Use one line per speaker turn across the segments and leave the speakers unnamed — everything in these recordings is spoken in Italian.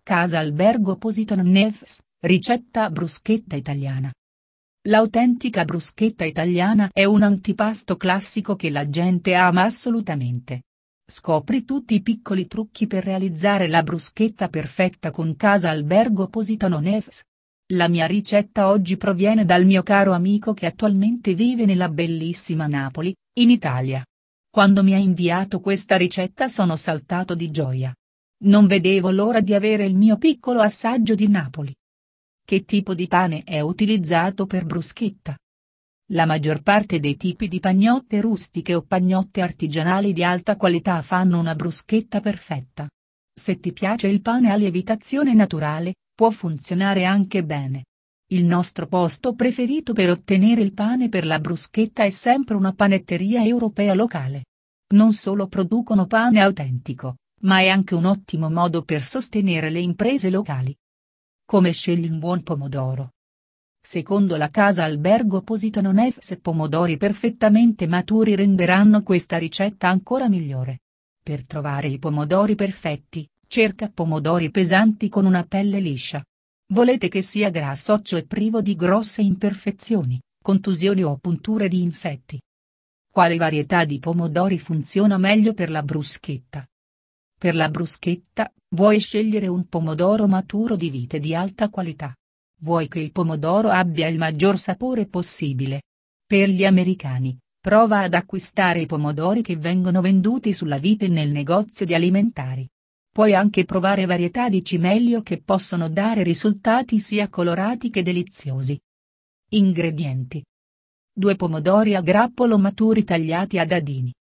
Casa Albergo Positano Neves, ricetta bruschetta italiana. L'autentica bruschetta italiana è un antipasto classico che la gente ama assolutamente. Scopri tutti i piccoli trucchi per realizzare la bruschetta perfetta con Casa Albergo Positano Neves. La mia ricetta oggi proviene dal mio caro amico che attualmente vive nella bellissima Napoli, in Italia. Quando mi ha inviato questa ricetta sono saltato di gioia. Non vedevo l'ora di avere il mio piccolo assaggio di Napoli. Che tipo di pane è utilizzato per bruschetta? La maggior parte dei tipi di pagnotte rustiche o pagnotte artigianali di alta qualità fanno una bruschetta perfetta. Se ti piace il pane a lievitazione naturale, può funzionare anche bene. Il nostro posto preferito per ottenere il pane per la bruschetta è sempre una panetteria europea locale. Non solo producono pane autentico, ma è anche un ottimo modo per sostenere le imprese locali. Come scegli un buon pomodoro? Secondo la Casa Albergo Positano Neves, pomodori perfettamente maturi renderanno questa ricetta ancora migliore. Per trovare i pomodori perfetti, cerca pomodori pesanti con una pelle liscia. Volete che sia grassoccio e privo di grosse imperfezioni, contusioni o punture di insetti. Quale varietà di pomodori funziona meglio per la bruschetta? Per la bruschetta, vuoi scegliere un pomodoro maturo di vite di alta qualità? Vuoi che il pomodoro abbia il maggior sapore possibile? Per gli americani, prova ad acquistare i pomodori che vengono venduti sulla vite nel negozio di alimentari. Puoi anche provare varietà di cimelio che possono dare risultati sia colorati che deliziosi. Ingredienti: 2 pomodori a grappolo maturi tagliati a dadini.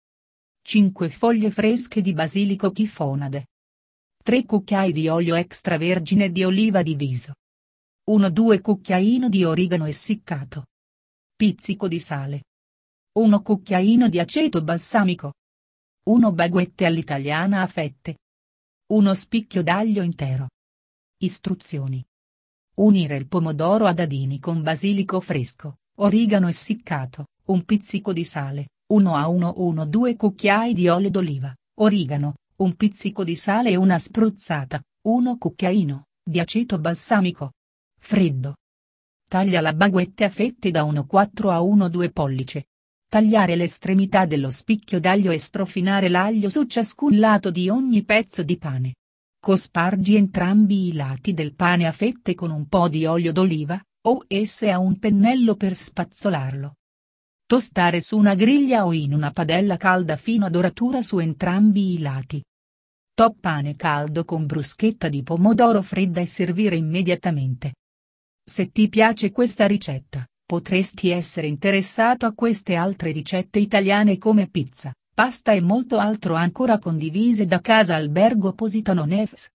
5 foglie fresche di basilico chiffonade. 3 cucchiai di olio extravergine di oliva diviso. 1-2 cucchiaino di origano essiccato. Pizzico di sale. 1 cucchiaino di aceto balsamico. 1 baguette all'italiana a fette. 1 spicchio d'aglio intero. Istruzioni. Unire il pomodoro a dadini con basilico fresco, origano essiccato, un pizzico di sale, 1-1-1-2 cucchiai di olio d'oliva, origano, un pizzico di sale e una spruzzata, 1 cucchiaino, di aceto balsamico. Freddo. Taglia la baguette a fette da 1/4 a 1/2 pollice. Tagliare l'estremità dello spicchio d'aglio e strofinare l'aglio su ciascun lato di ogni pezzo di pane. Cospargi entrambi i lati del pane a fette con un po' di olio d'oliva, o a un pennello per spazzolarlo. Tostare su una griglia o in una padella calda fino a doratura su entrambi i lati. Top pane caldo con bruschetta di pomodoro fredda e servire immediatamente. Se ti piace questa ricetta, potresti essere interessato a queste altre ricette italiane come pizza, pasta e molto altro ancora condivise da Casa Albergo Positano Neves.